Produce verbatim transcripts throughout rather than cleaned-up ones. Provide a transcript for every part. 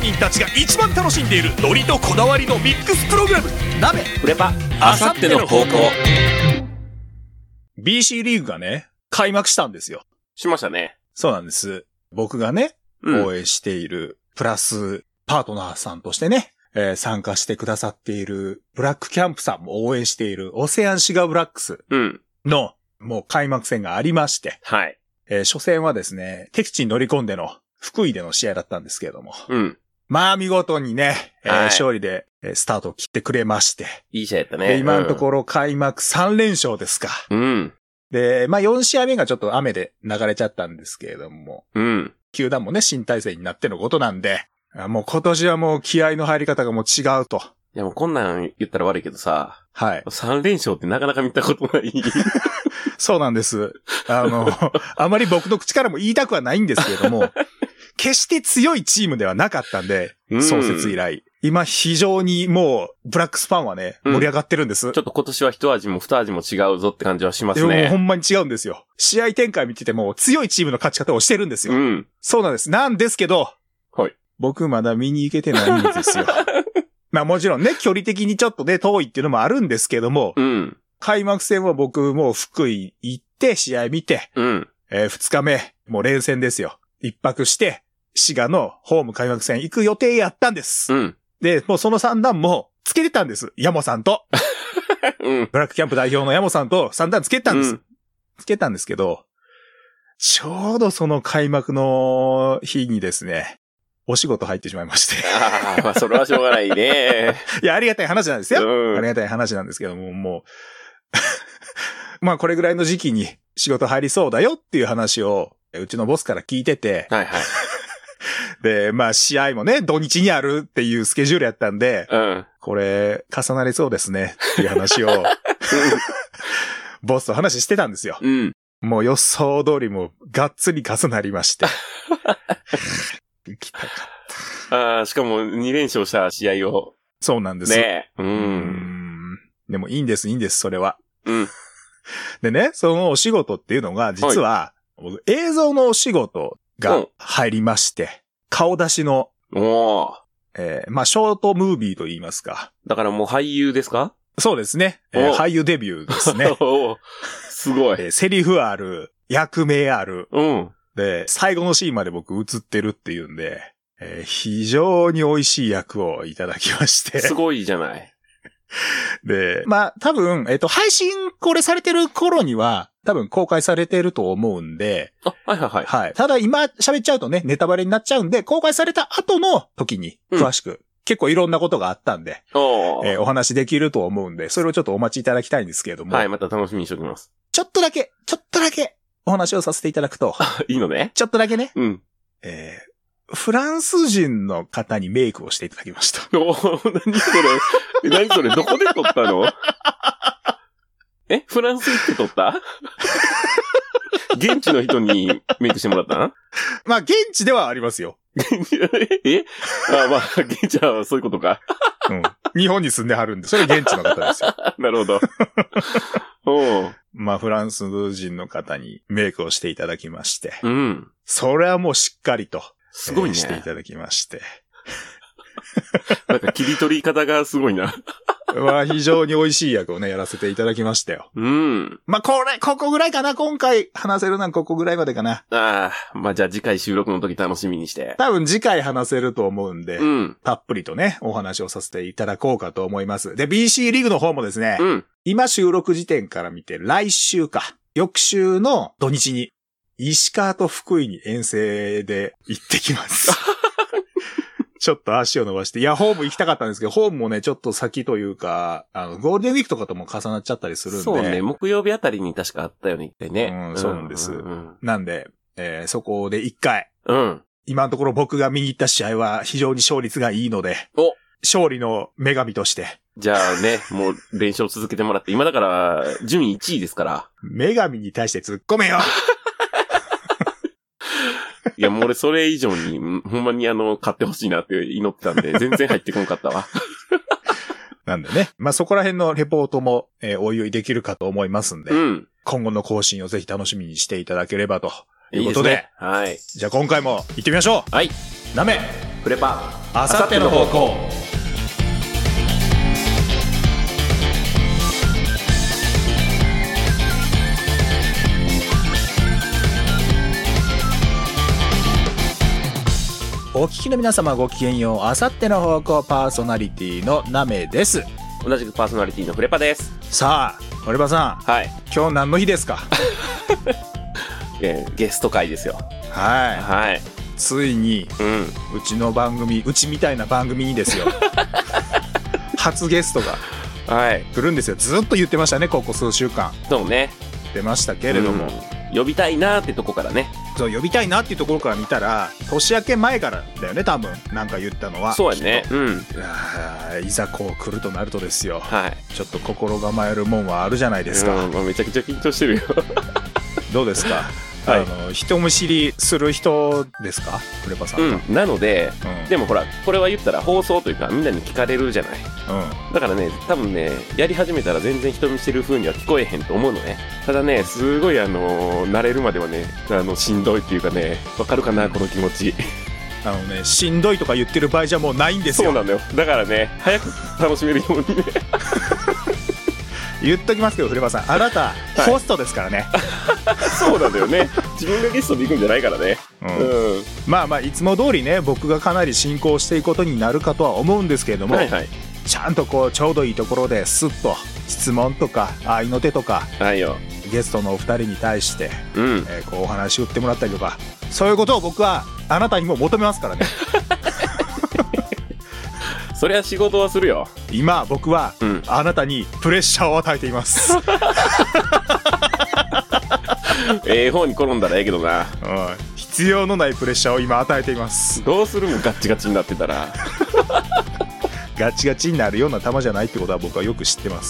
人たちが一番楽しんでいるノリとこだわりのミックスプログラム、鍋フレパあさっての方向。 ビーシー リーグがね開幕したんですよ。 しましたね。 そうなんです。僕がね、うん、応援しているプラスパートナーさんとしてね、えー、参加してくださっているブラックキャンプさんも応援しているオセアンシガーブラックスの、うん、もう開幕戦がありまして、 はい。 えー、初戦はですね、敵地に乗り込んでの福井での試合だったんですけれども、 うん。 まあ見事にね、えーはい、勝利でスタートを切ってくれまして、 いい試合やったね。 今のところ開幕さん連勝ですか。 うん。 で、まあよん試合目がちょっと雨で流れちゃったんですけれども、 うん。 球団もね、新体制になってのことなんで、もう今年はもう気合の入り方がもう違うと。 いやもうこんなん言ったら悪いけどさ、 はい。 さん連勝ってなかなか見たことない。 そうなんです。あの、あまり僕の口からも言いたくはないんですけれども、決して強いチームではなかったんで、うん、創設以来。今非常にもう、ブラックスファンはね、盛り上がってるんです、うん。 ちょっと今年は一味も二味も違うぞって感じはしますね。 でもほんまに違うんですよ。試合展開見てても強いチームの勝ち方をしてるんですよ。 うん、 そうなんです。なんですけど、 はい。 僕まだ見に行けてないんですよ。まあもちろんね、距離的にちょっとね、遠いっていうのもあるんですけども、 うん、 開幕戦は僕もう福井行って試合見て、 うん、 えー、二日目、もう連戦ですよ。一泊して、滋賀のホーム開幕戦行く予定やったんです。 うん、 で、もうその三段もつけてたんです。ヤモさんと。 うん、 ブラックキャンプ代表のヤモさんと三段つけたんです、うん。つけたんですけど、ちょうどその開幕の日にですね、お仕事入ってしまいまして。 ああ、まあそれはしょうがないね。 いや、ありがたい話なんですよ。 うん、 ありがたい話なんですけども、もう、まあこれぐらいの時期に仕事入りそうだよっていう話を、うちのボスから聞いてて。 はいはい。 で、まあ試合もね、土日にあるっていうスケジュールやったんで、 うん、 これ、重なりそうですねっていう話を、ボスと話してたんですよ。 うん、 もう予想通りもがっつり重なりまして。行きたかった。 ああ、しかもに連勝した試合を。 そうなんです。 ねえ。うーん。でもいいんです、いいんです、それは。 うん。 でね、そのお仕事っていうのが、実は、はい、僕映像のお仕事が入りまして、うん、顔出しの、 おー。 えー、まあ、ショートムービーと言いますか。 だからもう俳優ですか？ そうですね。えー、俳優デビューですね。 すごい、 えー。セリフある、役名ある。 うん。 で、最後のシーンまで僕映ってるっていうんで、えー、非常に美味しい役をいただきまして。 すごいじゃない。 で、まあ多分、えっと、配信これされてる頃には、多分公開されてると思うんで。 あ、はいはいはい。 はい。ただ今喋っちゃうとね、ネタバレになっちゃうんで、公開された後の時に、詳しく、うん、結構いろんなことがあったんで、 お, えー、お話できると思うんで、それをちょっとお待ちいただきたいんですけれども。 はい、また楽しみにしておきます。 ちょっとだけ、ちょっとだけ、お話をさせていただくと。 いいのね。 ちょっとだけね。 うん。 えー、フランス人の方にメイクをしていただきました。 おー、何それ何それどこで撮ったの？えフランス行って撮った？現地の人にメイクしてもらったん？ まあ、現地ではありますよ。 えあまあ、現地はそういうことか。 うん。日本に住んではるんで、それ現地の方ですよ。 なるほど。おうまあ、フランス人の方にメイクをしていただきまして。 うん。 それはもうしっかりと。 すごいね。 えー、していただきまして。 なんか切り取り方がすごいな。 まあ、非常に美味しい役をね、やらせていただきましたよ。 うん。 まあ、これ、ここぐらいかな、今回話せるのはここぐらいまでかな。 ああ、まあじゃあ次回収録の時楽しみにして。 多分次回話せると思うんで、 うん。 たっぷりとね、お話をさせていただこうかと思います。で、ビーシー リーグの方もですね、 うん。 今収録時点から見て、来週か、翌週の土日に、石川と福井に遠征で行ってきます。ちょっと足を伸ばして。いや、ホーム行きたかったんですけど、ホームもね、ちょっと先というか、あの、ゴールデンウィークとかとも重なっちゃったりするんで。 そうね、木曜日あたりに確かあったよね、一回ね。 うん、そうなんです。 うんうん、 なんで、えー、そこで一回。 うん。 今のところ僕が見に行った試合は非常に勝率がいいので。 お勝利の女神として。 じゃあね、もう連勝続けてもらって、今だから、順位いちいですから。 女神に対して突っ込めよいや、もう俺それ以上に、ほんまにあの、勝ってほしいなって祈ってたんで、全然入ってこんかったわ。 なんでね。まあ、そこら辺のレポートも、えー、おいおいできるかと思いますんで、 うん、 今後の更新をぜひ楽しみにしていただければということで。 いいですね。はい。 じゃあ今回も行ってみましょう。 はい。 なめ、 フレパあさっての方向。お聞きの皆様ごきげんよう。あさっての方向パーソナリティのナメです。 同じくパーソナリティのフレパです。 さあ、フレパさん。 はい。 今日何の日ですか？ えー、ゲスト会ですよ。 はい。 はい。 ついに、 うん、 うちの番組、うちみたいな番組にですよ。初ゲストが来るんですよ。ずっと言ってましたね、ここ数週間。 そうね。 出ましたけれども。 うん、呼びたいなーってとこからね。 そう、呼びたいなっていうところから見たら、年明け前からだよね、多分。なんか言ったのは。 そうやね。うん。 いやいざこう来るとなるとですよ。 はい。 ちょっと心構えるもんはあるじゃないですか。 うん、まあ、めちゃくちゃ緊張してるよ。 どうですか？はい、あの人見知りする人ですか？フレパさん。 うん。なので、うん、でもほら、これは言ったら放送というかみんなに聞かれるじゃない。うん。だからね、多分ね、やり始めたら全然人見知る風には聞こえへんと思うのね。ただね、すごいあのー、慣れるまではね、あの、しんどいっていうかね、わかるかな、この気持ち。 あのね、しんどいとか言ってる場合じゃもうないんですよ。 そうなんだよ。だからね、早く楽しめるようにね。 言っときますけど、フレパさん、あなた、はい、ホストですからね。 そうなんだよね。自分がゲストで行くんじゃないからね。うん。うん、 まあまあ、いつも通りね、僕がかなり進行していくことになるかとは思うんですけれども、はいはい、ちゃんとこう、ちょうどいいところですっと、質問とか、愛の手とか、 はいよ。 ゲストのお二人に対して、 うん、 えー、こうお話を振ってもらったりとか、そういうことを僕はあなたにも求めますからね。 そりゃ仕事はするよ。 今僕は、うん、あなたにプレッシャーを与えています。 ええ方に転んだらええけどな。 うん、必要のないプレッシャーを今与えています。 どうするもガッチガチになってたら。 ガチガチになるような球じゃないってことは僕はよく知ってます。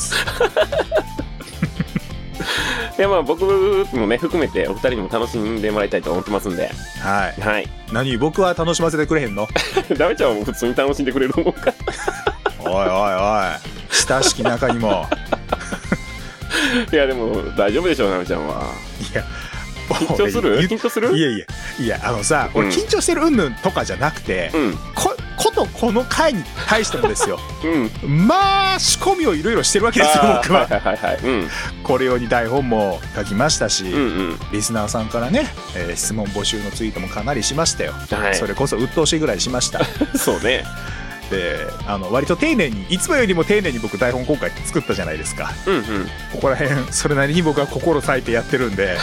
いやまあ僕もね含めてお二人にも楽しんでもらいたいと思ってますんで。 はいはい。 何僕は楽しませてくれへんの？ ダメちゃんはもう普通に楽しんでくれると思うか。 おいおいおい、親しき中にも。 いやでも大丈夫でしょう、ダメちゃんは。いや緊張する？緊張する？ いやいやいや、あのさ、うん、俺緊張してるうんぬんとかじゃなくて、うん、こことこの回に対してもですよ、うん、まあ仕込みをいろいろしてるわけですよ僕は。 はいはいはい、うん、 これ用に台本も書きましたし、うんうん、リスナーさんからね、えー、質問募集のツイートもかなりしましたよ、はい、それこそ鬱陶しいぐらいしました。 そうね。 で、あの割と丁寧に、いつもよりも丁寧に僕台本今回作ったじゃないですか、うんうん、ここら辺それなりに僕は心割いてやってるんで。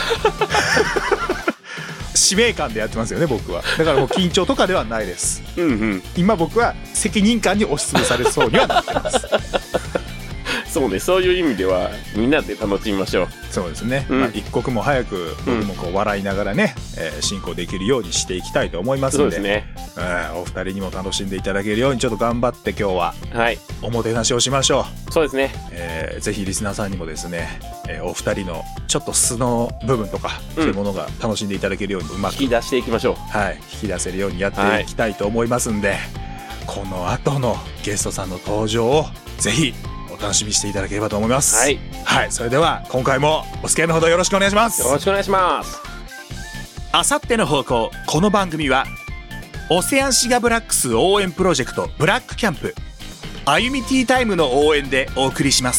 使命感でやってますよね僕は。だからもう緊張とかではないです。うん、うん、今僕は責任感に押しつぶされそうにはなってます。 そうね、そういう意味ではみんなで楽しみましょう。 そうですね、うん、まあ、一刻も早く僕もこう笑いながらね、うん、えー、進行できるようにしていきたいと思いますので、そうですね、えー、お二人にも楽しんでいただけるようにちょっと頑張って今日はおもてなしをしましょう、 はい、そうですね、 えー、ぜひリスナーさんにもですね、えー、お二人のちょっと素の部分とか、うん、そういうものが楽しんでいただけるようにうまく引き出していきましょう。 はい、引き出せるようにやっていきたいと思いますんで、はい、この後のゲストさんの登場をぜひお楽しみしていただければと思います。はい、はい、それでは今回もお付き合いのほどよろしくお願いします。 よろしくお願いします。 あさっての方向、この番組はオセアンシガブラックス応援プロジェクトブラックキャンプ歩みティータイムの応援でお送りします。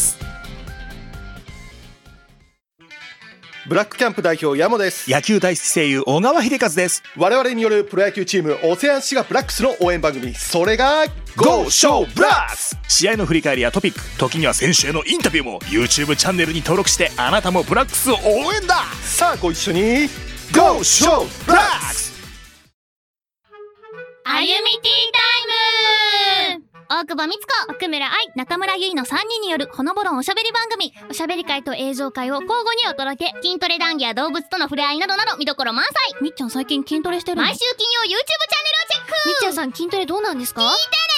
ブラックキャンプ代表山です。 野球大好き声優小川秀和です。 我々によるプロ野球チームオセアンシガブラックスの応援番組、それが Go Show Blast。 試合の振り返りやトピック、時には選手へのインタビューも YouTube チャンネルに登録して、あなたもブラックスを応援だ。 さあご一緒に Go Show Blast。 歩みティータイム、大久保美津子、奥村愛、中村ゆいのさんにんによるほのぼろんおしゃべり番組。おしゃべり会と映像会を交互にお届け。筋トレ談義や動物との触れ合いなどなど見どころ満載。 みっちゃん最近筋トレしてるの？ 毎週金曜 YouTube チャンネルをチェック。 みっちゃんさん筋トレどうなんですか？ 聞いて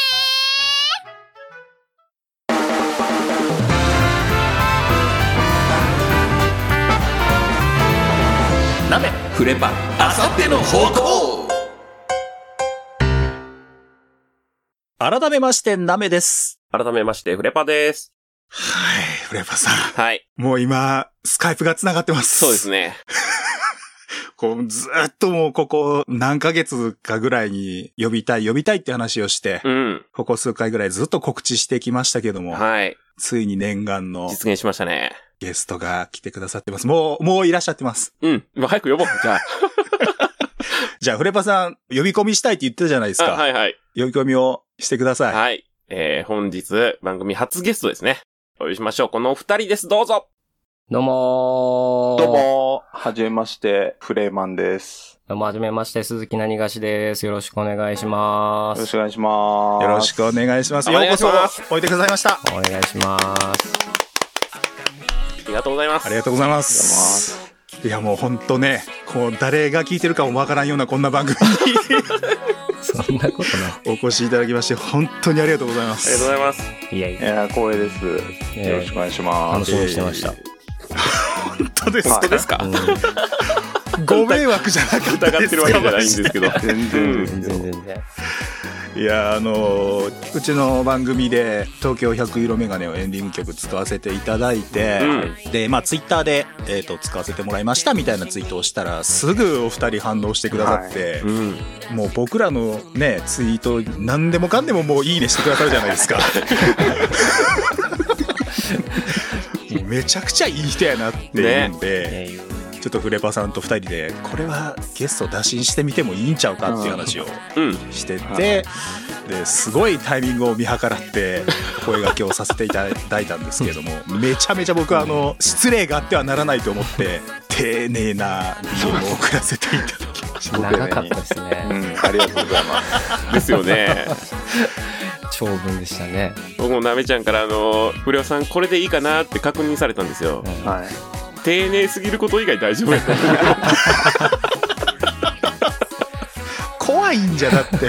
ね。なめフレパあさっての方向。改めましてなめです。 改めましてフレパです。 はい、フレパさん。 はい。 もう今スカイプが繋がってます。 そうですね。 こうずーっともうここ何ヶ月かぐらいに呼びたい呼びたいって話をして、 うん。 ここ数回ぐらいずっと告知してきましたけども、 はい。 ついに念願の実現しましたね。 ゲストが来てくださってます。もう、もういらっしゃってます。 うん。もう早く呼ぼう。じゃあ。 じゃあ、フレパさん、呼び込みしたいって言ってたじゃないですか。 はいはい。 呼び込みをしてください。 はい。えー、本日、番組初ゲストですね。お呼びしましょう。このお二人です。どうぞ。 どうもー。 どうもー。はじめまして、フレーマンです。 どうもはじめまして、鈴木なにがしです。よろしくお願いします。 よろしくお願いします。 よろしくお願いします。 ようこそ、 おいでくださいました。 お願いします。 ありがとうございます。 ありがとうございます。いやもうほんとね、こう誰が聞いてるかもわからんようなこんな番組にそんなことない。 お越しいただきまして本当にありがとうございます。 ありがとうございます。 いやいや。 いや光栄です。よろしくお願いします。 楽しみにしてました。 本当ですか。 本当ですか。 ご迷惑じゃなかったですか。 疑ってるわけじゃないんですけど。 全然全然全然。 いやあのー、うちの番組で東京百色メガネをエンディング曲使わせていただいて、うん、でまあツイッターで、えーと、使わせてもらいましたみたいなツイートをしたらすぐお二人反応してくださって、はい、うん、もう僕らのねツイート何でもかんでももういいねしてくださるじゃないですか。めちゃくちゃいい人やなっていうんで、ね、ちょっとフレパさんとふたりでこれはゲスト打診してみてもいいんちゃうかっていう話をしてて、うん、ですごいタイミングを見計らって声掛けをさせていただいたんですけどもめちゃめちゃ僕はあの失礼があってはならないと思って丁寧な理由を送らせていただきました。 長かったですね、 うん、ありがとうございますですよね。 長文でしたね。 僕もなめちゃんからあのフレオさんこれでいいかなって確認されたんですよ、 うん、はい。 丁寧すぎること以外大丈夫やった怖いんじゃなくて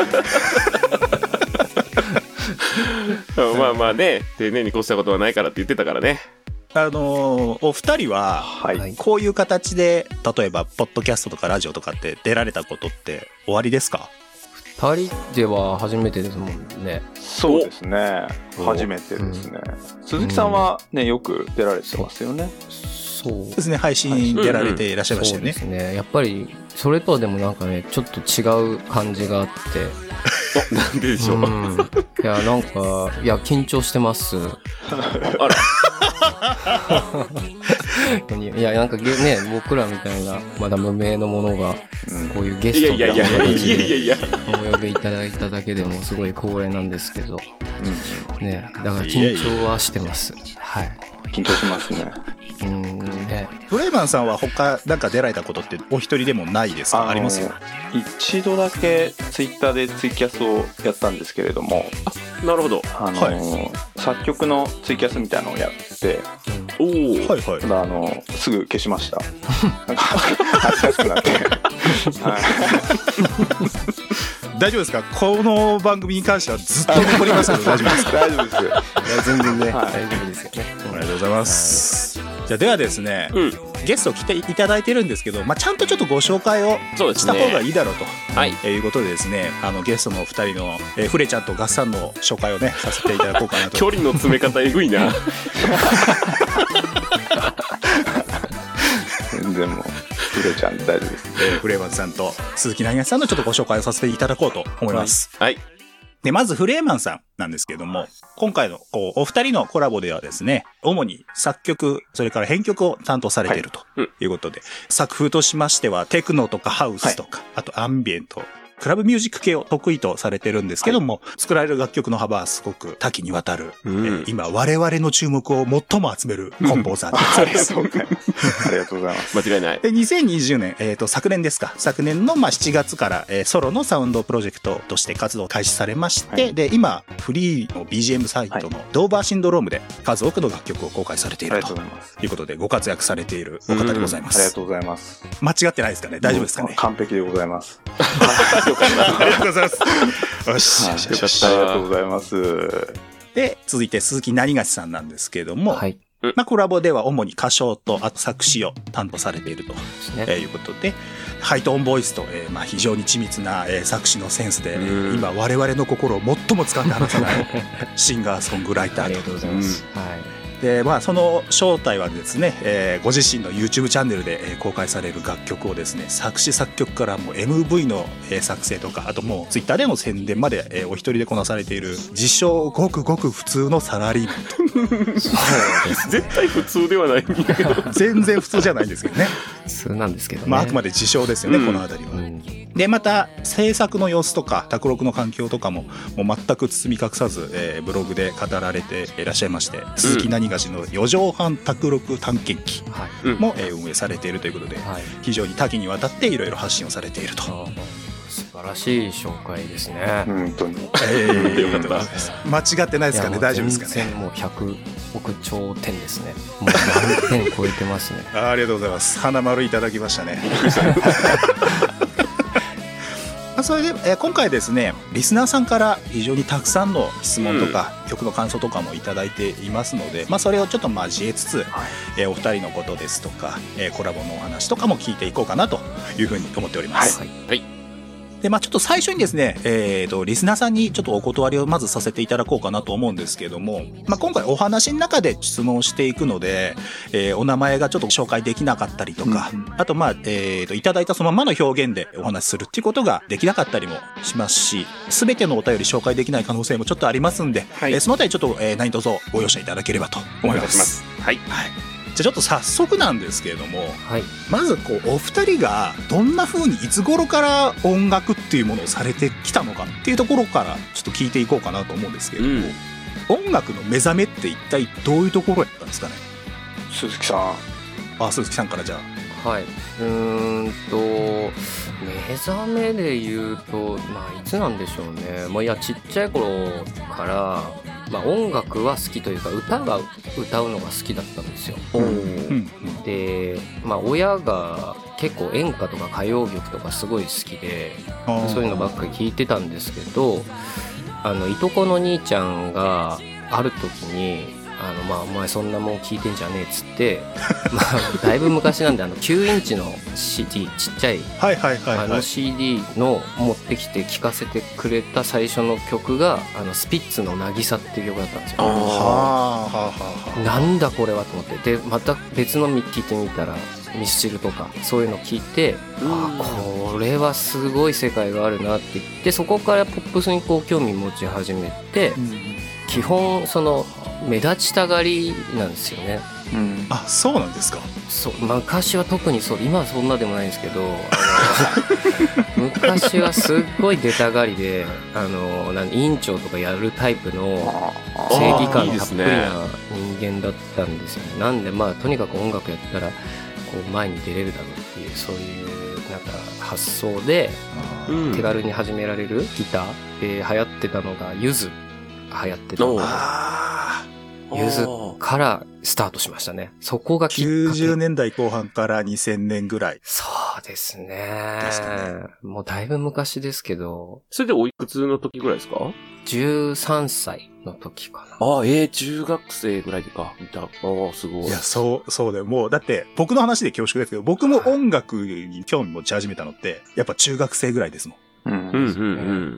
まあまあね丁寧に越したことはないからって言ってたからね。 あのー、お二人は、はい、こういう形で例えばポッドキャストとかラジオとかって出られたことって終わりですか？ 二人では初めてですもんね。 そうですね、初めてですね、うん、鈴木さんはねよく出られてますよね。 そうですね、配信出られていらっしゃいましたよね。 そうですね、やっぱりそれとはでもなんかねちょっと違う感じがあってなんででしょう、うん、 いやなんかいや緊張してますあらいやなんかね僕らみたいなまだ無名のものがこういうゲストみたいな形でお呼びいただいただけでもすごい光栄なんですけど、うん、ねだから緊張はしてます。はい、 緊張しますね。 うんね、 フレーマンさんは他なんか出られたことってお一人でもないですか？ あ, ありますよ。 一度だけツイッターでツイキャスをやったんですけれども、 あ、なるほど、 あの、はい、作曲のツイキャスみたいなのをやって、 うん、おお、 はいはい、 ただあのすぐ消しました。なんか恥ずかしくなって、はい、 大丈夫ですか？この番組に関してはずっと残りますけど大丈夫ですか？ 大丈夫です。いや全然ね、 はい、 大丈夫ですよね。 ありがとうございます。はい、じゃあではですね、 うん、 ゲスト来ていただいてるんですけど、まあ、ちゃんとちょっとご紹介をした方がいいだろうと、 はい、 えー、いうことでですね、あのゲストのふたりの、えー、フレちゃんとガッサンの紹介をねさせていただこうかなと。 距離の詰め方えぐいな。 全然もうフレちゃん大丈夫です。 えー、フレーマンさんと鈴木なにがしさんのちょっとご紹介をさせていただこうと思います。 はい。 で、まずフレーマンさんなんですけども、今回のこうお二人のコラボではですね、主に作曲、それから編曲を担当されているということで、はい、うん、作風としましてはテクノとかハウスとか、はい、あとアンビエント、クラブミュージック系を得意とされてるんですけども、はい、作られる楽曲の幅はすごく多岐にわたる、うん、えー、今我々の注目を最も集めるコンポーザーでございます。 ありがとうございます。 間違いない。 で、にせんにじゅうねん、えっと、昨年ですか。昨年のまあしちがつから、えー、ソロのサウンドプロジェクトとして活動を開始されまして、はい、で、今、フリーの ビージーエム サイトのドーバーシンドロームで数多くの楽曲を公開されているということで、ご活躍されているお方でございます。 ありがとうございます。 間違ってないですかね？大丈夫ですかね？ 完璧でございます。 よかった。ありがとうございます。よし、よし、よし。 ありがとうございます。 で、続いて鈴木なにがしさんなんですけれども、 はい、 まあ、コラボでは主に歌唱とあと作詞を担当されていると、ね、えー、いうことで、ハイトーンボイスと、えー、まあ非常に緻密な、えー、作詞のセンスで、今我々の心を最も掴んで離さないシンガーソングライターと。 ありがとうございます。はい。 で、まあ、その正体はですね、えー、ご自身の YouTube チャンネルで、えー、公開される楽曲をですね、作詞作曲からもう エムブイ の、えー、作成とか、あともう Twitter での宣伝まで、えー、お一人でこなされている自称ごくごく普通のサラリーマンと。そうですね、 絶対普通ではないんだけど。 全然普通じゃないんですけどね。 普通なんですけどね。 まあ、あくまで自称ですよね、 うん、 このあたりは。 うん、 で、また制作の様子とか卓録の環境とかももう全く包み隠さず、えー、ブログで語られていらっしゃいまして、うん、鈴木何がしのよ畳半卓録探検記も、はい、えー、運営されているということで、はい、非常に多岐にわたっていろいろ発信をされていると。 素晴らしい紹介ですね。 本当に。 えー、よかったです。間違ってないですかね。大丈夫ですかね。 全然もうひゃくおく頂点ですね。もう満点超えてますね。 あ, ありがとうございます。花丸いただきましたね。それで、えー、今回ですね、リスナーさんから非常にたくさんの質問とか、うん、曲の感想とかもいただいていますので、まあ、それをちょっと交えつつ、はい、えー、お二人のことですとか、えー、コラボのお話とかも聞いていこうかなというふうに思っております。はい、はい。で、まあ、ちょっと最初にですね、えーと、リスナーさんにちょっとお断りをまずさせていただこうかなと思うんですけども、まあ、今回お話の中で質問していくので、えー、お名前がちょっと紹介できなかったりとか、うんうん、あと、まあ、えーと、いただいたそのままの表現でお話しするっていうことができなかったりもしますし、すべてのお便り紹介できない可能性もちょっとありますんで、はい、えー、そのあたりちょっと、えー、何卒ご容赦いただければと思います。 はい。 はい。じゃあちょっと早速なんですけれども、 はい、 まずこうお二人がどんな風にいつ頃から音楽っていうものをされてきたのかっていうところからちょっと聞いていこうかなと思うんですけれども、うん、音楽の目覚めって一体どういうところやったんですかね。 鈴木さん。 あ、鈴木さんからじゃあ。はい。うーんと目覚めで言うと、まあいつなんでしょうね。まあいやちっちゃい頃から。まあ、音楽は好きというか歌が歌うのが好きだったんですよ。うん、で、まあ、親が結構演歌とか歌謡曲とかすごい好きでそういうのばっかり聞いてたんですけど、あのいとこの兄ちゃんがある時にあのまあお前そんなもん聞いてんじゃねえっつってまあだいぶ昔なんであのきゅうインチの シーディー ちっちゃいあの シーディー の持ってきて聴かせてくれた最初の曲があのスピッツの渚っていう曲だったんですよ。あなんだこれはと思ってでまた別の聞いてみたらミスチルとかそういうの聞いて、うん、あこれはすごい世界があるなって言ってそこからポップスにこう興味持ち始めて、うん、基本その目立ちたがりなんですよね。 うん、あ、そうなんですか。 そう、昔は特にそう、今はそんなでもないんですけど昔はすっごい出たがりであのなん委員長とかやるタイプの正義感たっぷりな人間だったんですよね。なんでまあとにかく音楽やったらこう前に出れるだろうっていうそういうなんか発想で手軽に始められるギターで流行ってたのがゆず流行ってたのがゆずからスタートしましたね。そこがきっかけ。 きゅうじゅうねんだいこう半からにせんねんぐらい。 そうですね。ですね。もうだいぶ昔ですけど。 それでおいくつの時ぐらいですか？ じゅうさんさいの時かな。 ああ、ええー、中学生ぐらいでか。いた。ああ、すごい。 いや、そう、そうだよ。もう、だって、僕の話で恐縮ですけど、僕も音楽に興味持ち始めたのって、やっぱ中学生ぐらいですもん。 うん、うん、うん。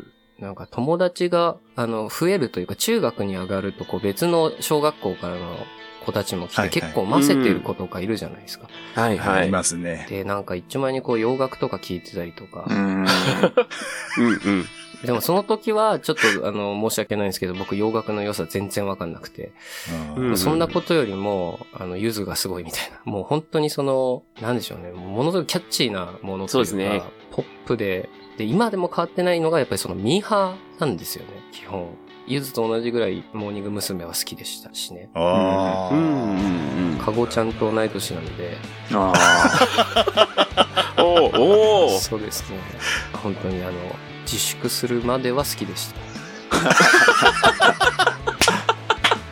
なんか友達が、あの、増えるというか、中学に上がると、こう別の小学校からの子たちも来て、はいはい、結構混ぜてる子とかいるじゃないですか。 うん、はいはい。 いますね。 で、なんか一枚にこう洋楽とか聞いてたりとか。 うん。うんうん。 でもその時は、ちょっと、あの、申し訳ないんですけど、僕洋楽の良さ全然わかんなくて。うん、そんなことよりも、あの、ゆずがすごいみたいな。もう本当にその、なんでしょうね。ものすごいキャッチーなものというか、そうですね。ポップで、で、今でも変わってないのが、やっぱりそのミーハーなんですよね、基本。ゆずと同じぐらい、モーニング娘。は好きでしたしね。 ああ。うんうんうん。かごちゃんと同い年なんで。 ああ。おーおー。 そうですね。本当にあの、自粛するまでは好きでした。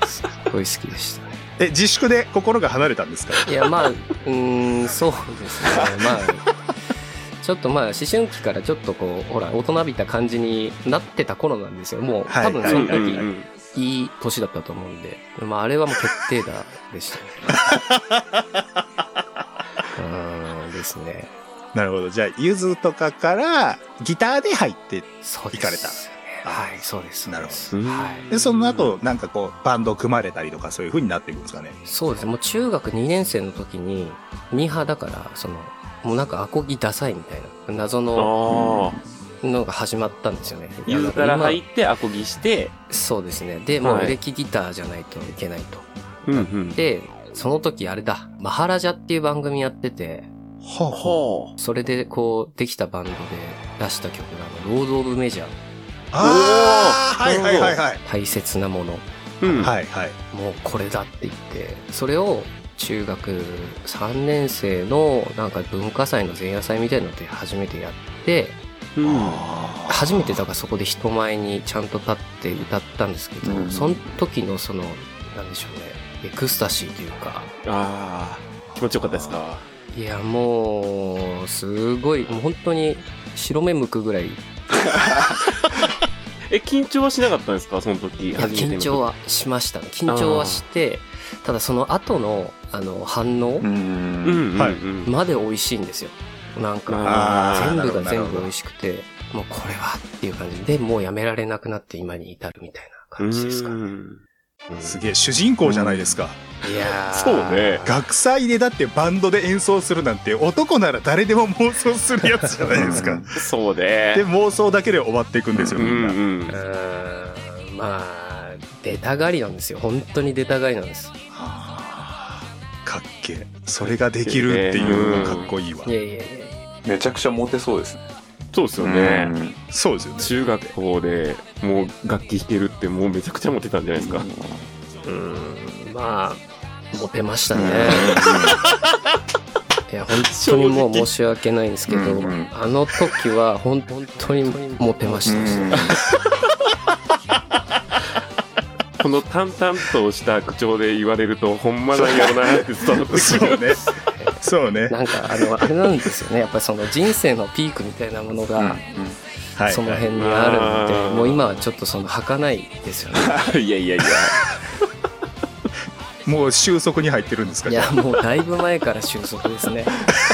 すっごい好きでしたね。 え、自粛で心が離れたんですか？ いや、まあ、うーん、そうですね。まあ、ちょっとまあ思春期からちょっとこうほら大人びた感じになってた頃なんですよ。もう多分その時いい年だったと思うんで、まああれはもう決定打でしたね。うんですね。 なるほど。じゃあゆずとかからギターで入っていかれた。 はいそうです。 なるほど。 はい。 でその後なんかこうバンド組まれたりとかそういう風になっていくんですかね。 そうですね。もう中学にねん生の時にミーハーだからそのもうなんかアコギダサいみたいな謎ののが始まったんですよね。 言うから入ってアコギして。 そうですね。でもうエレキギターじゃないといけないと。 うんうん、 でその時あれだマハラジャっていう番組やってて。 はあはあ、それでこうできたバンドで出した曲があのロード・オブ・メジャー。 ああはいはいはいはい。 大切なもの。 うん、はいはい。 もうこれだって言ってそれを中学さんねん生のなんか文化祭の前夜祭みたいなので初めてやって、うん、初めてだからそこで人前にちゃんと立って歌ったんですけど、うん、その時のそのなんでしょうねエクスタシーというか。 ああ気持ちよかったですか。 いやもうすごいもう本当に白目向くぐらいえ緊張はしなかったんですかその時。 いや緊張はしましたね。緊張はしてただその後のあの反応まで美味しいんですよ。なんか全部が全部美味しくてもうこれはっていう感じでもうやめられなくなって今に至るみたいな感じですかね。 うん、すげえ主人公じゃないですか。 いやそうね。 学祭でだってバンドで演奏するなんて男なら誰でも妄想するやつじゃないですか。 そうね。 で妄想だけで終わっていくんですよみんな。うん、うん、 まあ出たがりなんですよ。本当に出たがりなんです。はあ、かっけそれができるっていうのがかっこいいわ。 いやいやいやめちゃくちゃモテそうですね。 そうですよね。 うん、そうですよね。 中学校でもう楽器弾けるってもうめちゃくちゃモテたんじゃないですか。 うん、うんまあモテましたね。いや本当にもう申し訳ないんですけど、うんうん、あの時は本当にモテました。 この淡々とした口調で言われるとほんまなんやろなって伝わってくる。 そうね。そうね。 なんかあのあれなんですよね。やっぱりその人生のピークみたいなものが、うんうんその辺にあるので、はいはい、もう今はちょっとその儚いですよね。 いやいやいや。 もう収束に入ってるんですか。 いやもうだいぶ前から収束ですね。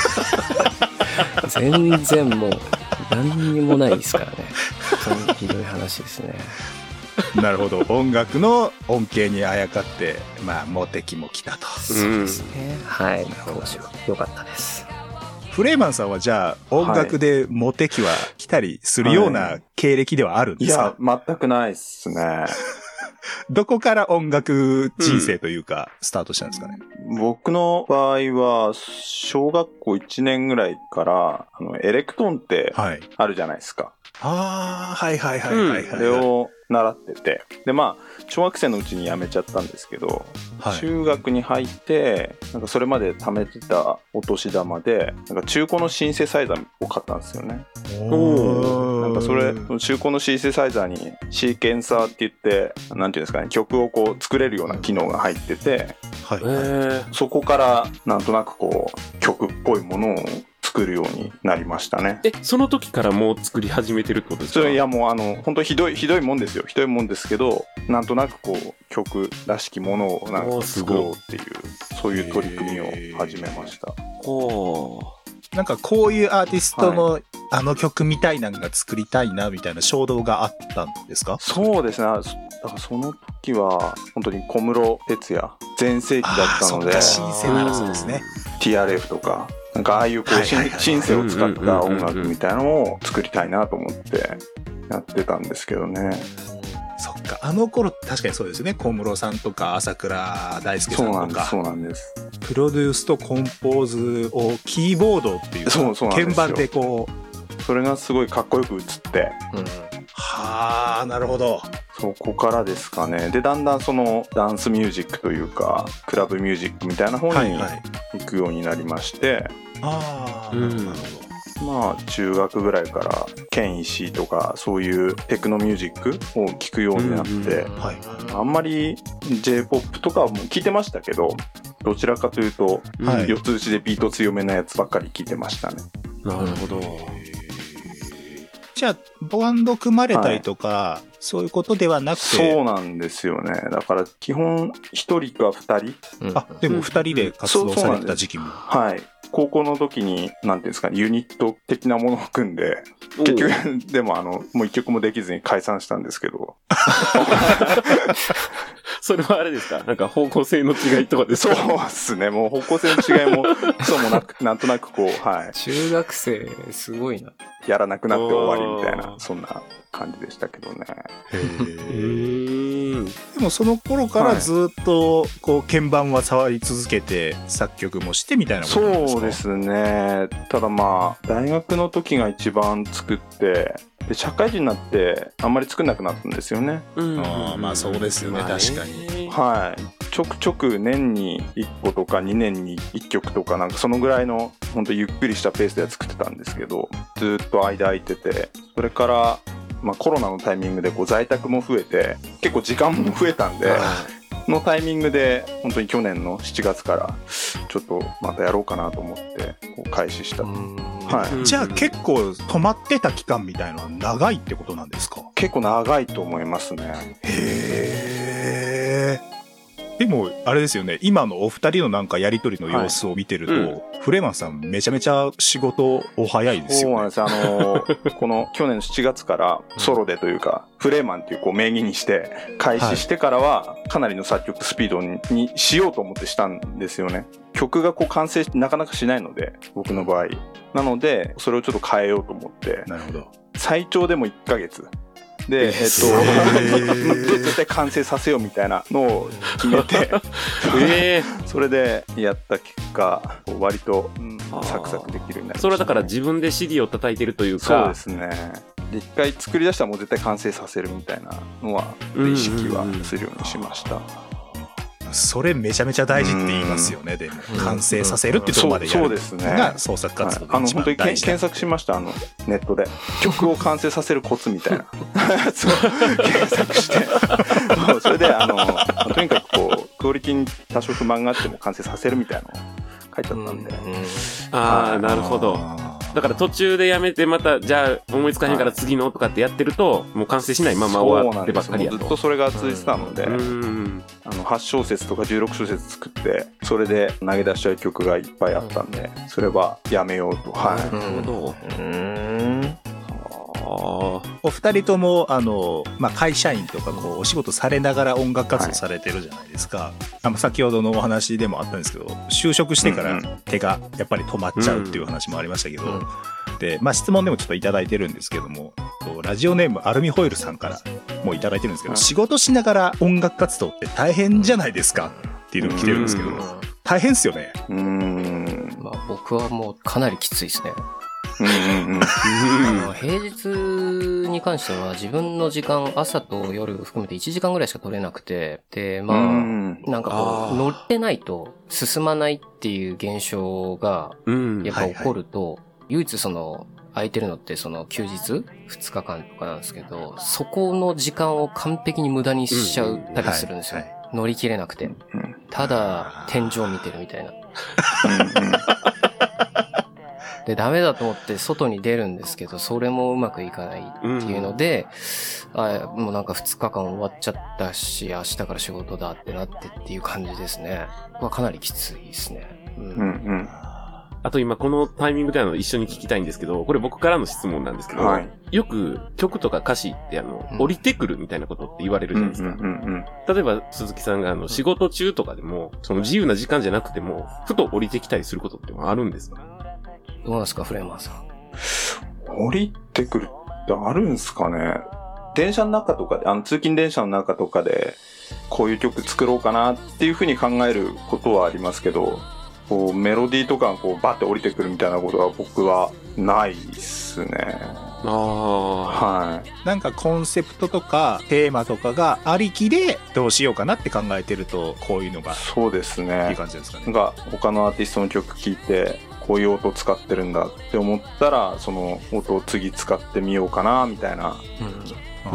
全然もう何にもないですからね。本当にひどい話ですね。 なるほど。音楽の恩恵にあやかってまあモテ期も来たと。 そうですね。はい。当時は良かったです。 フレーマンさんはじゃあ音楽でモテ期は来たりするような経歴ではあるんですか。 はい、いや全くないっすね。 どこから音楽人生というかスタートしたんですかね。 うん、僕の場合は小学校いちねんぐらいからあのエレクトーンってあるじゃないですか。はい、 ああはいはいはいはいはい、はい。 それを習っててでまあ小学生のうちに辞めちゃったんですけど、はい、中学に入ってなんかそれまで貯めてたお年玉でなんか中古のシンセサイザーを買ったんですよね。おなんかそれ中古のシンセサイザーにシーケンサーって言ってなんていうんですかね曲をこう作れるような機能が入ってて、はいはい、そこからなんとなくこう曲っぽいものを作るようになりましたね。 え、その時からもう作り始めてるってことですか？ それいやもうあの本当ひどいひどいもんですよ。ひどいもんですけど、なんとなくこう曲らしきものをなんか作ろうっていうそういう取り組みを始めました。 ほう。なんかこういうアーティストのあの曲みたいなのが作りたいなみたいな衝動があったんですか？ そうですね。だからその時は本当に小室哲哉全盛期だったので、 あシンセならそうですね。 ティーアールエフ とか。なんかああいうこうシンセを使った音楽みたいなのを作りたいなと思ってやってたんですけどね。 そっか、あの頃確かにそうですね。小室さんとか朝倉大輔さんとかそうなんです。 プロデュースとコンポーズをキーボードっていうそうそう鍵盤でこうそれがすごいかっこよく映って、うん、 はあなるほど。 そこからですかね。でだんだんそのダンスミュージックというかクラブミュージックみたいな方に行くようになりまして、はいはい、 ああなるほど。 まあ中学ぐらいからケン石井とかそういうテクノミュージックを聴くようになって、うんうんはい、あんまり ジェイポップ とかも聴いてましたけどどちらかというと、はい、四つ打ちでビート強めなやつばっかり聴いてましたね。 なるほど。 じゃあバンド組まれたりとか、はい、そういうことではなくて。 そうなんですよね。だから基本一人か二人、 うん、あでも二人で活動されてた時期も、 うん、はい高校の時になんていうんですか、ユニット的なものを組んで、結局でもあのもう一曲もできずに解散したんですけど。 それはあれですか、なんか方向性の違いとかですか？ そうですね、もう方向性の違いもそうもなく、なんとなくこう、はい。 中学生すごいな。 やらなくなって終わりみたいな、そんな感じでしたけどね。 へー。でもその頃からずっとこう鍵盤は触り続けて作曲もしてみたいなことなんですか？ そうですね。ただまあ大学の時が一番作って、で社会人になってあんまり作んなくなったんですよね。 うん、あまあそうですよね、まあ、確かに。 はい。ちょくちょく年にいっことかにねんにいっきょくとかなんかそのぐらいの本当ゆっくりしたペースでは作ってたんですけど、ずっと間空いてて、それからまあコロナのタイミングでこう在宅も増えて結構時間も増えたんで、のタイミングで本当に去年のしちがつからちょっとまたやろうかなと思ってこう開始した。はい、 じゃあ結構止まってた期間みたいなのは長いってことなんですか？ 結構長いと思いますね。 へー。でもあれですよね、今のお二人のなんかやり取りの様子を見てると、はい、うん、フレーマンさんめちゃめちゃ仕事お早いですよね。 そうなんです。あのー、この去年のしちがつからソロでというか、うん、フレーマンっていうこう名義にして開始してからはかなりの作曲スピード に, にしようと思ってしたんですよね。曲がこう完成なかなかしないので、僕の場合なのでそれをちょっと変えようと思って、 なるほど、 最長でもいっかげつで、えっと、絶対完成させようみたいなのを決めて、えー、それでやった結果、割と、うん、サクサクできるようになりましたね。 それはだから自分で シーディー を叩いてるというか。 そうですね。で一回作り出したらもう絶対完成させるみたいなのは意識はするようにしました。 それめちゃめちゃ大事って言いますよね。でも完成させるってとこまでやるのが創作活動で一番大事。 あの本当に検索しました、あのネットで曲を完成させるコツみたいなそう検索してそれであのとにかくこうクオリティに多少不満があっても完成させるみたいなのを書いてあったんで、うんうん、 ああなるほど。だから途中でやめてまたじゃあ思いつかへんから次のとかってやってるともう完成しないまま終わってばっかりやと。 ずっとそれが続いてたので、うん、あのはちしょうせつとかじゅうろくしょうせつ作ってそれで投げ出しちゃう曲がいっぱいあったんで、それはやめようと。はい。なるほど。うーん。 お二人ともあの、まあ、会社員とかこうお仕事されながら音楽活動されてるじゃないですか、はい、あの先ほどのお話でもあったんですけど、就職してから手がやっぱり止まっちゃうっていう話もありましたけど、うんうん、で、まあ、質問でもちょっといただいてるんですけども、ラジオネームアルミホイルさんからもういただいてるんですけど、はい、仕事しながら音楽活動って大変じゃないですかっていうのが来てるんですけど、大変っすよね。 うーん、まあ、僕はもうかなりきついですね。うんうんうん、あの平日に関しては自分の時間朝と夜含めていちじかんぐらいしか取れなくて、でまあなんかこう乗ってないと進まないっていう現象がやっぱ起こると、唯一その空いてるのってその休日ふつかかんとかなんですけど、そこの時間を完璧に無駄にしちゃったりするんですよ、うんはいはい、乗り切れなくて、ただ天井見てるみたいなでダメだと思って外に出るんですけど、それもうまくいかないっていうので、うん、あもうなんかふつかかん終わっちゃったし明日から仕事だってなってっていう感じですね。これはかなりきついですね、うんうんうん、 あと今このタイミングであの一緒に聞きたいんですけど、これ僕からの質問なんですけど、はい、よく曲とか歌詞ってあの、うん、降りてくるみたいなことって言われるじゃないですか、うんうんうんうん、例えば鈴木さんがあの仕事中とかでもその自由な時間じゃなくてもふと降りてきたりすることってあるんですか？ どうなんですかフレーマーさん。 降りてくるってあるんですかね。電車の中とかで、あの通勤電車の中とかでこういう曲作ろうかなっていう風に考えることはありますけど、こうメロディーとかこうバッて降りてくるみたいなことは僕はないですね。 あはい。なんかコンセプトとかテーマとかがありきでどうしようかなって考えてるとこういうのがそうですね。 いい感じですかね。 なんか他のアーティストの曲聴いてこういう音使ってるんだって思ったらその音を次使ってみようかなみたいな、うん、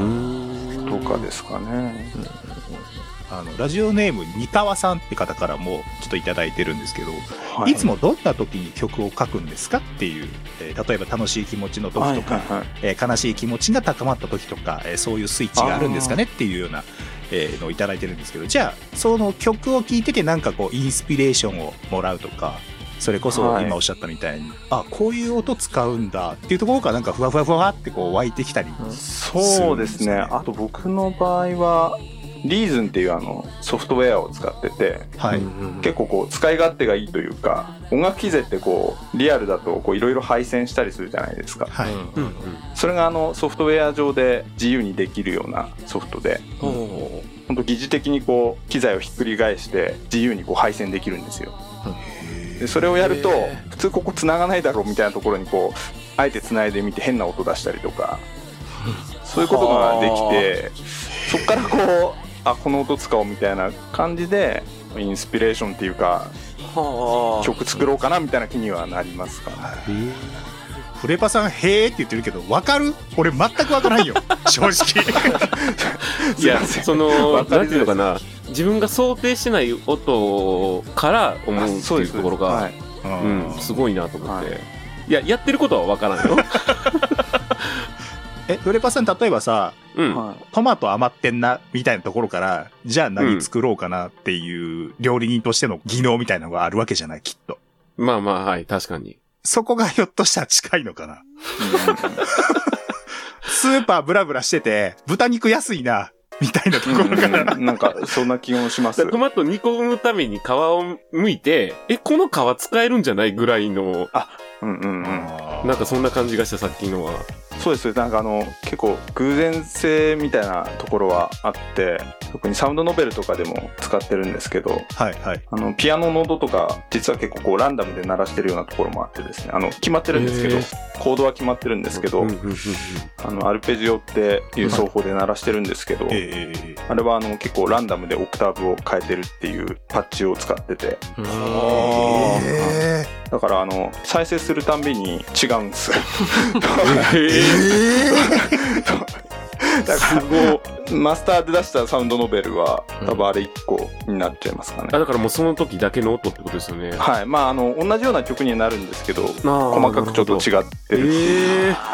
とかですかね。 あのラジオネーム三河さんって方からもちょっといただいてるんですけど、はい、いつもどんな時に曲を書くんですかっていう、えー、例えば楽しい気持ちの時とか、はいはいはいえー、悲しい気持ちが高まった時とか、えー、そういうスイッチがあるんですかねっていうような、えー、のをいただいてるんですけど、じゃあその曲を聴いててなんかこうインスピレーションをもらうとかそれこそ今おっしゃったみたいに、はい、あ、こういう音使うんだっていうところからなんかふわふわふわってこう湧いてきたりするんですね。 そうですね。あと僕の場合はリーズンっていうあのソフトウェアを使ってて、はい、結構こう使い勝手がいいというか、音楽機材ってこうリアルだといろいろ配線したりするじゃないですか、はい、うんうん、それがあのソフトウェア上で自由にできるようなソフトで、うん、本当疑似的にこう機材をひっくり返して自由にこう配線できるんですよ。でそれをやると普通ここ繋がないだろうみたいなところにこうあえて繋いでみて変な音出したりとかそういうことができて、そっからこうあこの音使おうみたいな感じでインスピレーションっていうか曲作ろうかなみたいな気にはなりますかね。 フレパさんへーって言ってるけど分かる？俺全く分からんよ正直いやそのなんていうのかな、自分が想定してない音から思うっていうところが、はい、うん、すごいなと思って、はい、いややってることは分からんよえ、フレパさん例えばさ、うん、トマト余ってんなみたいなところからじゃあ何作ろうかなっていう料理人としての技能みたいなのがあるわけじゃない、きっと。 まあまあ、はい、確かに。 そこがひょっとしたら近いのかなスーパーブラブラしてて豚肉安いなみたいなところから、 うん、なんかそんな気もします。 トマト煮込むために皮を剥いて、えこの皮使えるんじゃないぐらいの、あ、うんうんうん、なんかそんな感じがした、さっきのは。 そうです。なんかあの結構偶然性みたいなところはあって、特にサウンドノベルとかでも使ってるんですけど、はいはい、あのピアノの音とか実は結構こうランダムで鳴らしてるようなところもあってですね、あの決まってるんですけど、コードは決まってるんですけど、あのアルペジオっていう奏法で鳴らしてるんですけど、はい、あれはあの結構ランダムでオクターブを変えてるっていうパッチを使ってて、だからあの再生するたんびに違うんですよだからマスターで出したサウンドノベルは多分あれいっこになっちゃいますかね、 うん、あだからもうその時だけの音ってことですよね。 はい、まああの同じような曲にはなるんですけど細かくちょっと違ってるっていう、えー、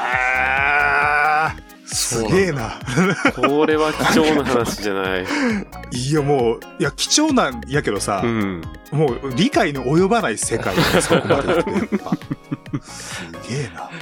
すげえなこれは貴重な話じゃないいやもういや貴重なんやけどさ、うん、もう理解の及ばない世界そこまでってやっぱすげえな。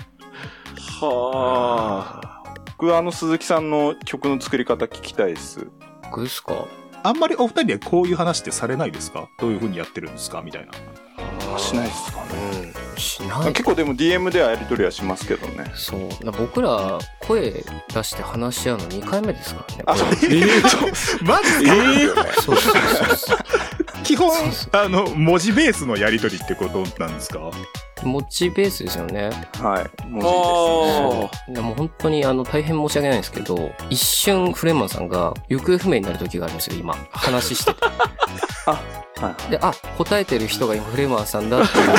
はあ。僕はあの鈴木さんの曲の作り方聞きたいです。 僕ですか？ あんまりお二人でこういう話ってされないですか？どういう風にやってるんですかみたいな。 あしないですかね、 うん、しない。 結構でも ディーエム ではやり取りはしますけどね。 そう僕ら声出して話し合うのにかいめですからね。 あ、えー、マジで、えー、そうそうそうそう基本あの文字ベースのやり取りってことなんですか？ 文字ベースですよね。 はい、文字です。 でも本当にあの大変申し訳ないんですけど、一瞬フレーマンさんが行方不明になる時があるんですよ。今話しててあ、はいはい、であ答えてる人が今フレーマンさんだっていう今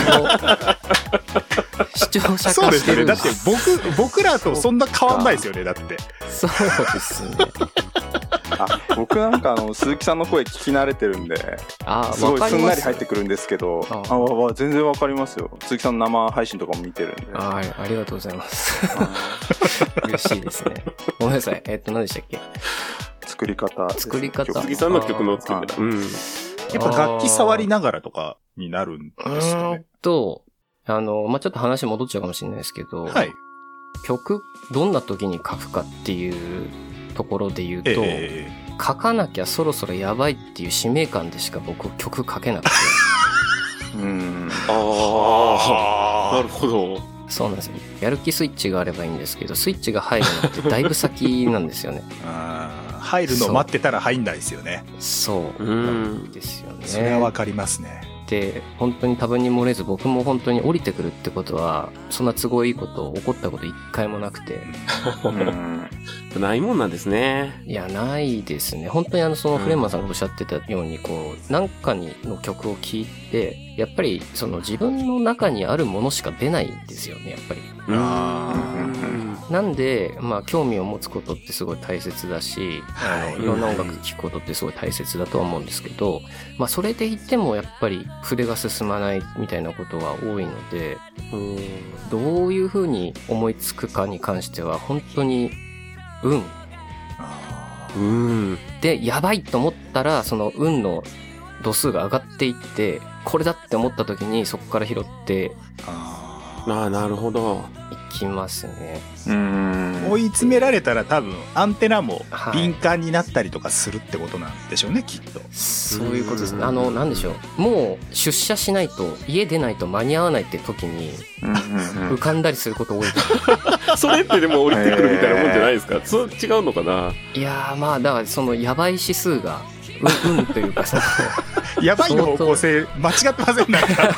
視聴者化してるんです。 そうですね。だって僕僕らとそんな変わんないですよね。だってそうですねあ僕なんかあの鈴木さんの声聞き慣れてるんで、あすごいすんなり入ってくるんですけど、ああ全然わかりますよ。鈴木さんの生配信とかも見てるんで。 あありがとうございます嬉しいですね。ごめんなさい。えっと何でしたっけ？ 作り方。 作り方。 鈴木さんの曲の作り方。うん。 やっぱ楽器触りながらとかになるんですかね。 とあのまあちょっと話戻っちゃうかもしれないですけど、はい、曲どんな時に書くかっていうところで言うと、えー、書かなきゃそろそろやばいっていう使命感でしか僕曲書けなくてうーんああなるほど。 そうなんですよ。やる気スイッチがあればいいんですけど、スイッチが入るのってだいぶ先なんですよねあ入るの待ってたら入んないですよね。 そうなんですよね。 それはわかりますね。 で本当に多分に漏れず僕も本当に降りてくるってことはそんな都合いいこと起こったこと一回もなくてうんないもんなんですね。 いやないですね。本当にあのそのフレーマンさんがおっしゃってたようにこう何かにの曲を聴いてやっぱりその自分の中にあるものしか出ないんですよねやっぱり。あなんでまあ興味を持つことってすごい大切だし、あのいろんな音楽聴くことってすごい大切だとは思うんですけど、まあそれでいてもやっぱり筆が進まないみたいなことは多いので、うんどういうふうに思いつくかに関しては本当に運、うんでやばいと思ったらその運の度数が上がっていってこれだって思った時にそこから拾ってあああ、なるほど。 いきますね。 うーん追い詰められたら多分アンテナもはい敏感になったりとかするってことなんでしょうね、きっと。 そういうことですね。あのなんでしょう、もう出社しないと家出ないと間に合わないって時にうんうんうん浮かんだりすること多いとそれってでも降りてくるみたいなもんじゃないですか。そう違うのかな。 いやーまあだからそのやばい指数がうんうんというかそのやばいの方向性間違ってませんなんか。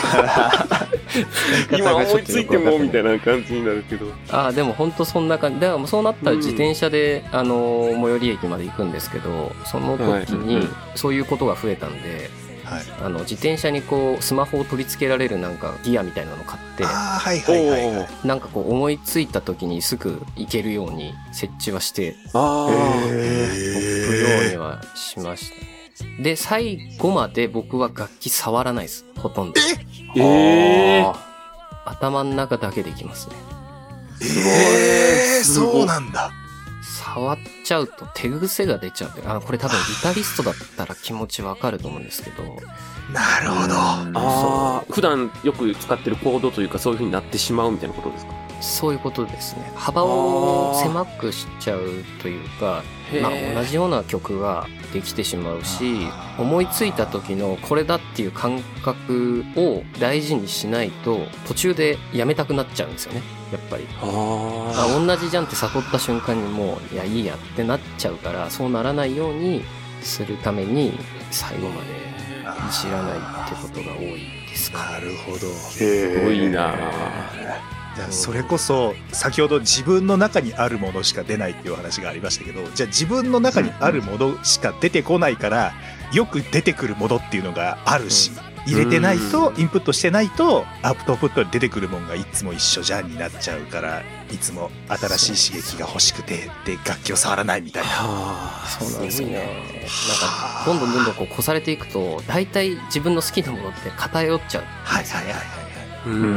今思いついてもみたいな感じになるけど。 ああでも本当そんな感じだからもうそうなったら自転車で、うん、あの最寄り駅まで行くんですけど、その時にそういうことが増えたんで、はい、あの自転車にこうスマホを取り付けられるなんかギアみたいなのを買って、 あはいはいはい、はい、 なんかこう思いついた時にすぐ行けるように設置はしてあ置くようにはしましたね。で最後まで僕は楽器触らないです、ほとんど。 ええー、 頭の中だけでいきますね。 えー、そうなんだ。 触っちゃうと手癖が出ちゃう。あのこれ多分ギタリストだったら気持ちわかると思うんですけど。 なるほど。 ああ、普段よく使ってるコードというかそういう風になってしまうみたいなことですか。 そういうことですね。幅を狭くしちゃうというか、まあ、同じような曲ができてしまうし、思いついた時のこれだっていう感覚を大事にしないと途中でやめたくなっちゃうんですよね、やっぱり。ああ、同じじゃんって悟った瞬間にもういやいいやってなっちゃうから、そうならないようにするために最後までいじらないってことが多いですか。 なるほど。 すごいな。 じゃあそれこそ先ほど自分の中にあるものしか出ないっていう話がありましたけど、じゃあ自分の中にあるものしか出てこないからよく出てくるものっていうのがあるし、入れてないとインプットしてないとアウトプットで出てくるものがいつも一緒じゃんになっちゃうから、いつも新しい刺激が欲しくてで楽器を触らないみたいな。 そうなんですね。なんかどんどんどんどんこう越されていくと大体自分の好きなものって偏っちゃうんですよね。 うんうんうん。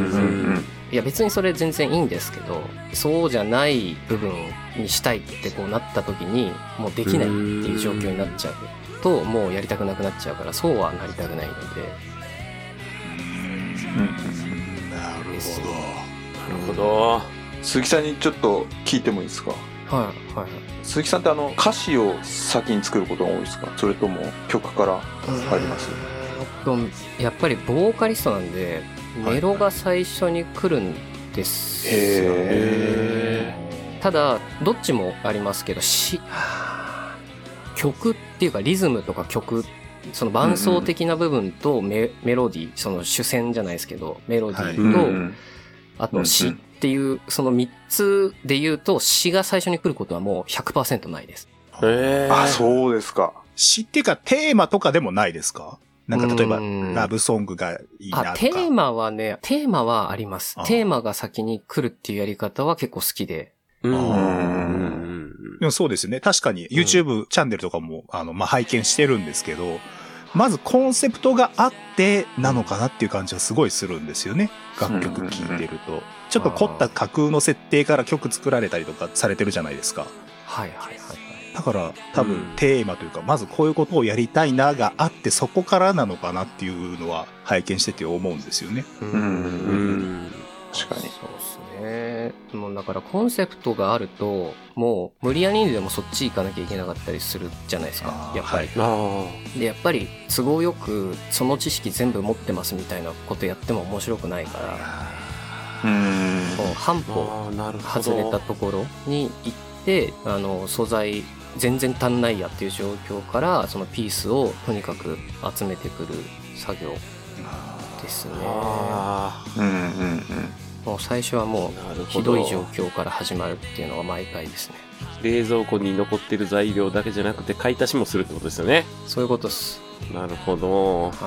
いや別にそれ全然いいんですけど、そうじゃない部分にしたいってこうなった時にもうできないっていう状況になっちゃうともうやりたくなくなっちゃうから、そうはなりたくないので。 うん、なるほど。 なるほど。 鈴木さんにちょっと聞いてもいいですか。 はいはい。 鈴木さんってあの歌詞を先に作ることが多いですか、それとも曲から入ります？ やっぱりボーカリストなんでメロが最初に来るんですよ、 へー。ただどっちもありますけど、し曲っていうかリズムとか曲、その伴奏的な部分と メ,、うんうん、メロディー、その主旋じゃないですけどメロディーと、はい、あと詩っていうそのみっつで言うと詩が最初に来ることはもう ひゃくパーセント ないです。 へー。あ、そうですか。 詩っていうかテーマとかでもないですか？なんか例えばラブソングがいいなとか。 あ、テーマはね、テーマはあります。テーマが先に来るっていうやり方は結構好きで。 うん。でもそうですよね。確かに YouTube チャンネルとかも、あの、まあ、拝見してるんですけど、まずコンセプトがあってなのかなっていう感じはすごいするんですよね。楽曲聴いてると。ちょっと凝った架空の設定から曲作られたりとかされてるじゃないですか。 はいはいはい。 だから多分テーマというか、まずこういうことをやりたいながあって、そこからなのかなっていうのは拝見してて思うんですよね。 うんうん。確かに。そうですね。もうだからコンセプトがあると、もう無理やりにでもそっち行かなきゃいけなかったりするじゃないですか。やっぱり。はい、で、やっぱり都合よくその知識全部持ってますみたいなことやっても面白くないから、うん。こう半歩外れたところに行って、あの、素材、全然足んないやっていう状況からそのピースをとにかく集めてくる作業ですね。うんうんうん。もう最初はもうひどい状況から始まるっていうのが毎回ですね。 冷蔵庫に残ってる材料だけじゃなくて買い足しもするってことですよね。 そういうことです。 なるほど。 はい。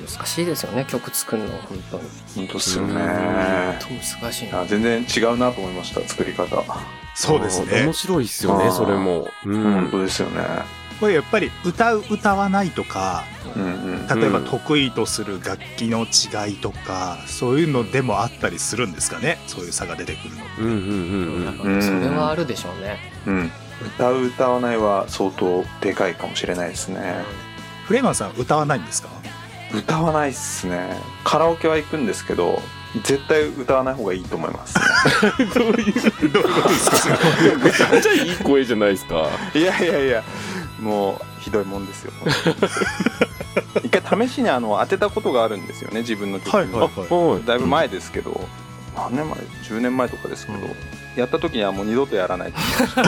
難しいですよね、曲作るの本当に。 本当ですよね。 本当難しいな。 全然違うなと思いました、作り方。 そうですね。 面白いですよね、それも。 うん、本当ですよね。 これやっぱり歌う歌わないとか、うんうん、例えば得意とする楽器の違いとか、うん、そういうのでもあったりするんですかね、そういう差が出てくるのって。 うんうんうんうん、それはあるでしょうね。 うん、歌う歌わないは相当でかいかもしれないですね。 フレーマンさん歌わないんですか？ 歌わないっすね。カラオケは行くんですけど絶対歌わない方がいいと思います、ね、 どういうどういうことですか。めちゃめちゃいい声じゃないですか。 いやいやいやもうひどいもんですよ。一回試しにあの当てたことがあるんですよね、自分の曲に、はいはいはい、だいぶ前ですけど、うん、何年前じゅうねんまえとかですけど、うん、やった時にはもう二度とやらないって言いま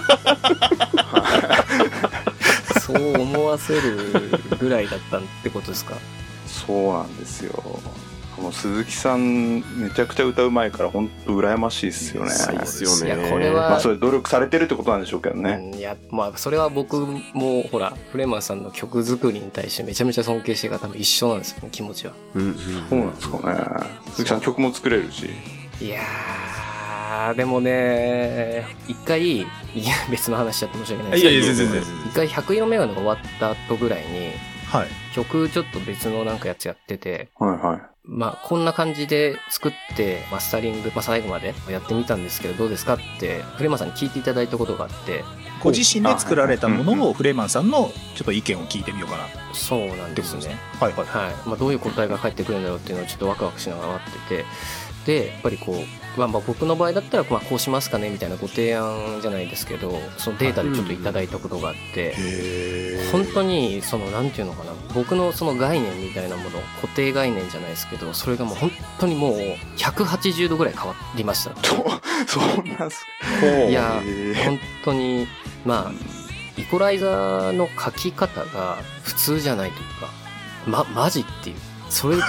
したそう思わせるぐらいだったってことですか。 そうなんですよ。もう鈴木さんめちゃくちゃ歌うまいから本当羨ましいですよね。 そうですよね。 いやこれはまあそれ努力されてるってことなんでしょうけどね。 うん、いやまあそれは僕もほらフレーマンさんの曲作りに対してめちゃめちゃ尊敬してるから多分一緒なんですよね、気持ちは。 うん、うん、そうなんですかね。鈴木さん曲も作れるし。 いやーでもね一回いや別の話しちゃって申し訳ないですけど、いやいや全然全然一回百色メガネが終わった後ぐらいに、はい、曲ちょっと別のなんかやつやってて、はいはい、まあこんな感じで作ってマスタリング、まあ、最後までやってみたんですけどどうですかってフレーマンさんに聞いていただいたことがあって、 ご自身で作られたものをフレーマンさんのちょっと意見を聞いてみようかな。 そうなんですね。 はいはいはい。 まあ、どういう答えが返ってくるんだろうっていうのをちょっとワクワクしながら待ってて、でやっぱりこう、まあ、僕の場合だったらまあこうしますかねみたいなご提案じゃないですけど、そのデータでちょっといただいたことがあって、うん、本当にそのなんていうのかな、僕のその概念みたいなもの、固定概念じゃないですけど、それがもう本当にもうひゃくはちじゅうどぐらい変わりました。 そうなんすか。 いや本当にまあイコライザーの書き方が普通じゃないというか、まマジっていう、それ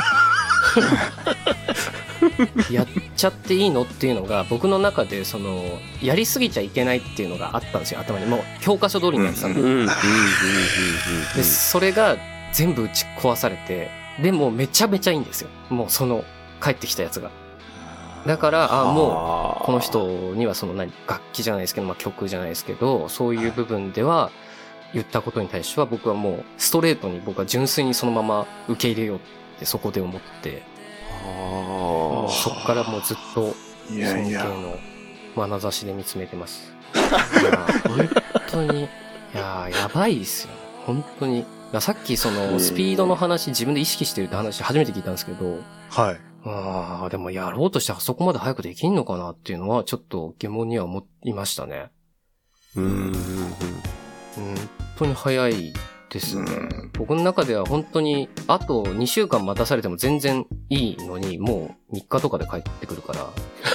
やっちゃっていいのっていうのが僕の中でそのやりすぎちゃいけないっていうのがあったんですよ、頭に。もう教科書通りにやってたんで、でそれが全部打ち壊されて、でもめちゃめちゃいいんですよ、もうその帰ってきたやつが。だからあもうこの人にはその何楽器じゃないですけど、まあ、曲じゃないですけど、そういう部分では言ったことに対しては僕はもうストレートに僕は純粋にそのまま受け入れようってそこで思って、あそこからもうずっと尊敬の眼差しで見つめてます。いや本当にいややばいですよ本当に。さっきそのスピードの話自分で意識してるって話初めて聞いたんですけど、はい。ああでもやろうとしてあそこまで早くできんのかなっていうのはちょっと疑問には思いましたね。うーん本当に早いですね。僕の中では本当にあとにしゅうかん待たされても全然いいのに、もうみっかとかで帰ってくるから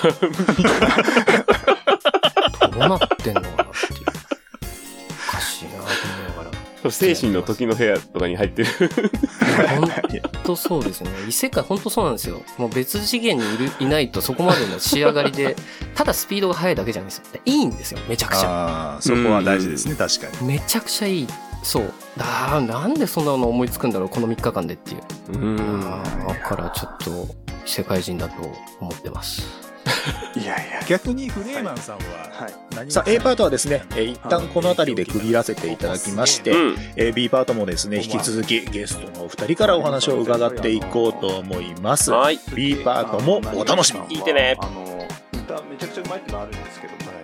どうなってんのかなっていう、おかしいなと思いながら。 精神の時の部屋とかに入ってる本当そうですね。異世界本当そうなんですよ。もう別次元にいるいないとそこまでの仕上がりでただスピードが速いだけじゃないですよ。いいんですよめちゃくちゃ。 あそこは大事ですね、確かに。 めちゃくちゃいい。そうだなんでそんなの思いつくんだろうこのみっかかんでっていう。うーんだからちょっと世界人だと思ってます。 いやいや逆にフレーマンさんは、はいはい、さあ A パートはですね、えー、一旦この辺りで区切らせていただきまして、うんえー、B パートもですね引き続きゲストのお二人からお話を伺っていこうと思います。はい、B パートもお楽しみに。 聞いてね。 あの歌めちゃくちゃうまいってのあるんですけど、